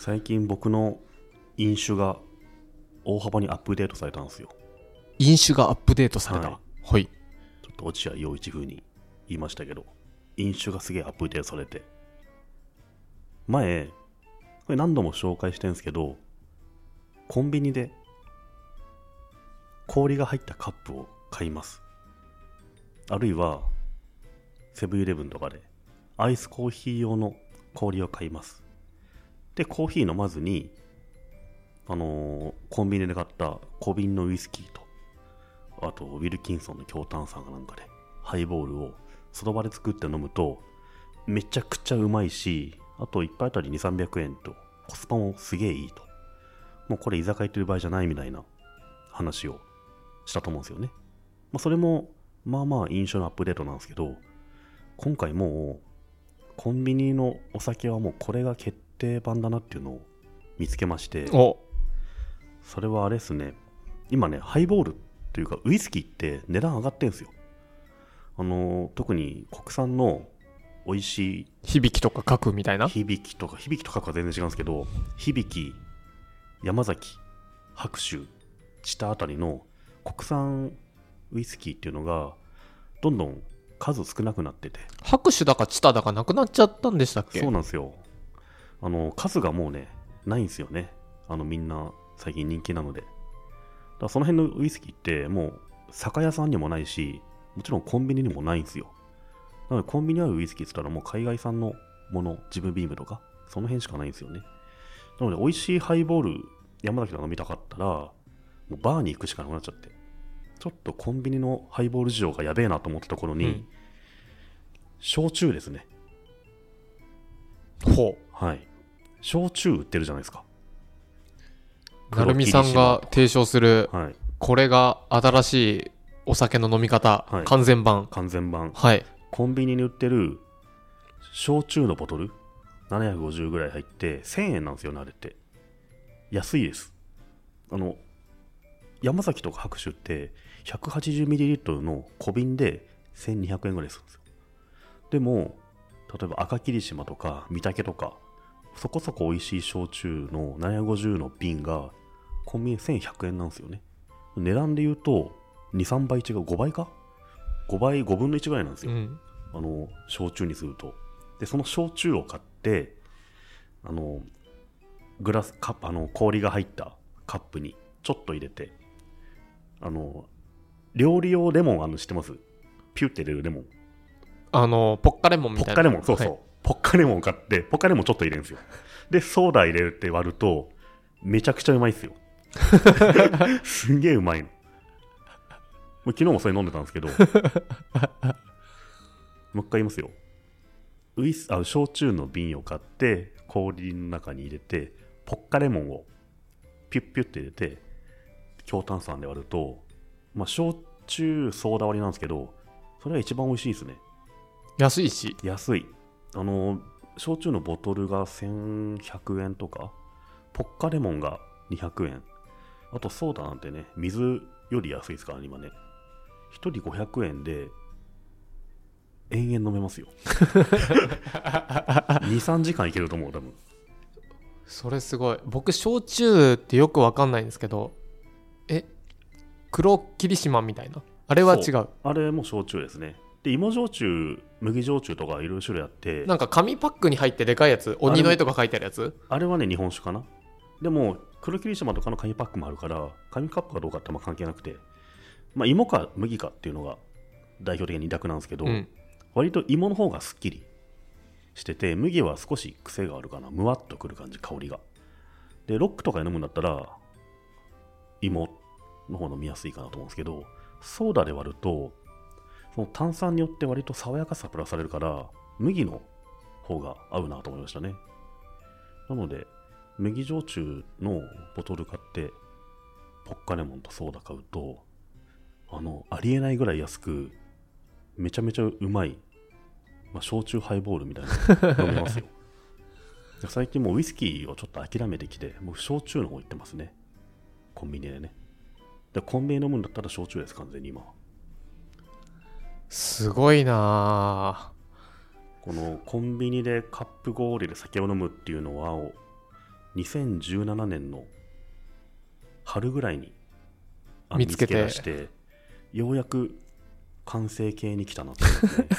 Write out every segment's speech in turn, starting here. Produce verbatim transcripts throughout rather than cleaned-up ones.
最近僕の飲酒が大幅にアップデートされたんですよ。 飲酒がアップデートされた。 はい。 はい。 ちょっと落合陽一風に言いましたけど、飲酒がすげえアップデートされて、前これ何度も紹介してるんですけど、コンビニで氷が入ったカップを買います。あるいはセブンイレブンとかでアイスコーヒー用の氷を買います。でコーヒー飲まずにあのー、コンビニで買った小瓶のウイスキーと、あとウィルキンソンの強炭酸かなんかでハイボールをその場で作って飲むとめちゃくちゃうまいし、あといっぱいあたりにせんさんびゃくえんとコスパもすげえいいと、もうこれ居酒屋行ってる場合じゃないみたいな話をしたと思うんですよね。まあ、それもまあまあ印象のアップデートなんですけど、今回もうコンビニのお酒はもうこれが決定版だなっていうのを見つけまして、 おそれはあれですね、今ねハイボールというかウイスキーって値段上がってんすよ。あの特に国産の美味しい響きとか書くみたいな。 響きとか響きとかは全然違うんですけど、響き、山崎、白州、知多あたりの国産ウイスキーっていうのがどんどん数少なくなってて、 拍手だかチタだかなくなっちゃったんでしたっけ。 そうなんですよ。あの数がもうねないんですよね。あのみんな最近人気なので、だからその辺のウイスキーってもう酒屋さんにもないし、もちろんコンビニにもないんですよ。なのでコンビニにあるウイスキーって言ったらもう海外産のもの、ジムビームとかその辺しかないんですよね。なので美味しいハイボール山崎とか飲みたかったらもうバーに行くしかなくなっちゃって、ちょっとコンビニのハイボール事情がやべえなと思ったところに、うん、焼酎ですね。 ほう。 はい。焼酎売ってるじゃないですか。 なるみさんが提唱する、 はい、 これが新しいお酒の飲み方、はい、完全版完全版、 はい、 コンビニに売ってる焼酎のボトルななひゃくごじゅうぐらい入ってせんえんなんですよね。あれって安いです。あの山崎とか白州って ひゃくはちじゅうミリリットル の小瓶でせんにひゃくえんぐらいするんですよ。でも例えば赤霧島とか御嶽とかそこそこ美味しい焼酎のななひゃくごじゅうの瓶がコンビニせんひゃくえんなんですよね。値段で言うとに、さんばい違う、ごばいか ?ご 倍、ごぶんのいちぐらいなんですよ、うん、あの焼酎にすると。でその焼酎を買ってあのグラスカップ、あの氷が入ったカップにちょっと入れて、あの料理用レモン、あの知ってます？ピュって入れるレモン、 あのポッカレモンみたいな。 ポッカレモン、そうそう、はい、ポッカレモンを買ってポッカレモンちょっと入れるんですよ。でソーダ入れるって割るとめちゃくちゃうまいですよ。すんげえうまいの。もう昨日もそれ飲んでたんですけどもう一回言いますよ。ウイスあ焼酎の瓶を買って氷の中に入れてポッカレモンをピュッピュッて入れて強炭酸で割ると、まあ、焼酎ソーダ割りなんですけど、それが一番美味しいですね。 安いし。 安い。あの焼酎のボトルがせんひゃくえんとか、ポッカレモンがにひゃくえん、あとソーダなんてね水より安いですからね今ね。ひとりごひゃくえんで延々飲めますよ。に、さんじかんいけると思う多分。 それすごい。僕焼酎ってよくわかんないんですけど、え黒霧島みたいなあれは違う？ あれも焼酎ですね。で芋焼酎、麦焼酎とかいろいろ種類あって、 なんか紙パックに入ってでかいやつ、鬼の絵とか書いてあるやつ、 あれ、あれはね日本酒かな。でも黒霧島とかの紙パックもあるから紙パックかどうかってまあ関係なくて、まあ、芋か麦かっていうのが代表的な二択なんですけど、うん、割と芋の方がすっきりしてて、麦は少し癖があるかな、むわっとくる感じ、香りが。でロックとかで飲むんだったら芋の方飲みやすいかなと思うんですけど、ソーダで割るとその炭酸によって割と爽やかさプラスされるから麦の方が合うなと思いましたね。なので麦焼酎のボトル買ってポッカレモンとソーダ買うと、あのありえないぐらい安くめちゃめちゃうまい、まあ、焼酎ハイボールみたいな飲めますよ。最近もうウイスキーをちょっと諦めてきて、もう焼酎の方行ってますね、コンビニでね。でコンビニ飲むんだったら焼酎です、完全に今。 すごいな。 このコンビニでカップ氷で酒を飲むっていうのはにせんじゅうななねんの春ぐらいにあの見つけて出してようやく完成形に来たなって思いますね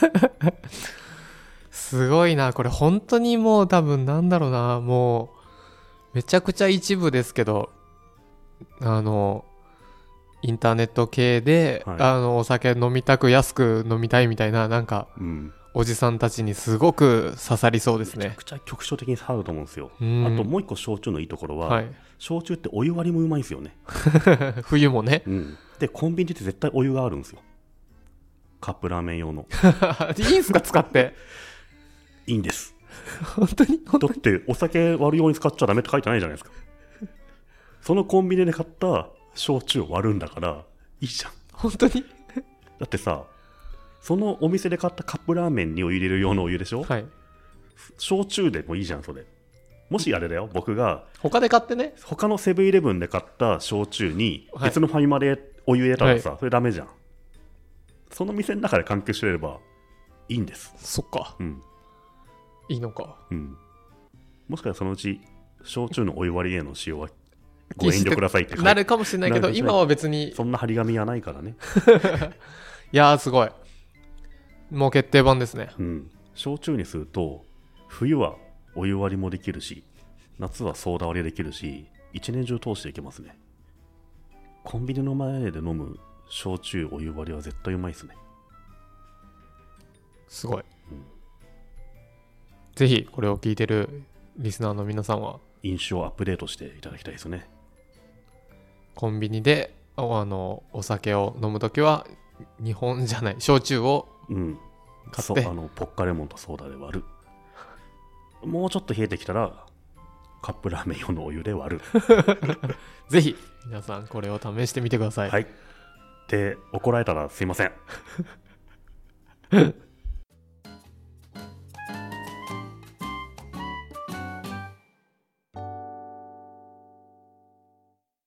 すごいなこれ本当にもう多分なんだろうなもうめちゃくちゃ一部ですけどあのインターネット系で、 はい、 あのお酒飲みたく安く飲みたいみたいななんか、 うん、 おじさんたちにすごく刺さりそうですね。 めちゃくちゃ局所的に刺さると思うんですよ。 うん、 あともう一個焼酎のいいところは、 はい、 焼酎ってお湯割りもうまいんですよね冬もね、 うん、でコンビニって絶対お湯があるんですよカップラーメン用のいいんすか使っていいんです本当に本当にだってお酒割るように使っちゃダメって書いてないじゃないですかそのコンビニで買った焼酎を割るんだからいいじゃん本当にだってさそのお店で買ったカップラーメンにお湯入れる用のお湯でしょ、はい、焼酎でもいいじゃんそれもしあれだよ僕が他で買ってね他のセブンイレブンで買った焼酎に別のファミマでお湯入れたらさ、はい、それダメじゃんその店の中で換気してればいいんです。 そっか、 うん、 いいのか、 うん、もしかしたらそのうち焼酎のお湯割りへの使用はご遠慮くださいってなるかもしれないけど今は別にそんな張り紙はないからねいやーすごいもう決定版ですね、 うん、焼酎にすると冬はお湯割りもできるし夏はソーダ割りできるし一年中通していけますね。コンビニの前で飲む焼酎お湯割りは絶対うまいですね。 すごい、うん、ぜひこれを聞いてるリスナーの皆さんは飲酒をアップデートしていただきたいですね。 コンビニで あのお酒を飲むときは日本じゃない焼酎を買って、 うん、あのポッカレモンとソーダで割るもうちょっと冷えてきたらカップラーメン用のお湯で割るぜひ皆さんこれを試してみてください。 はい。で怒られたらすいません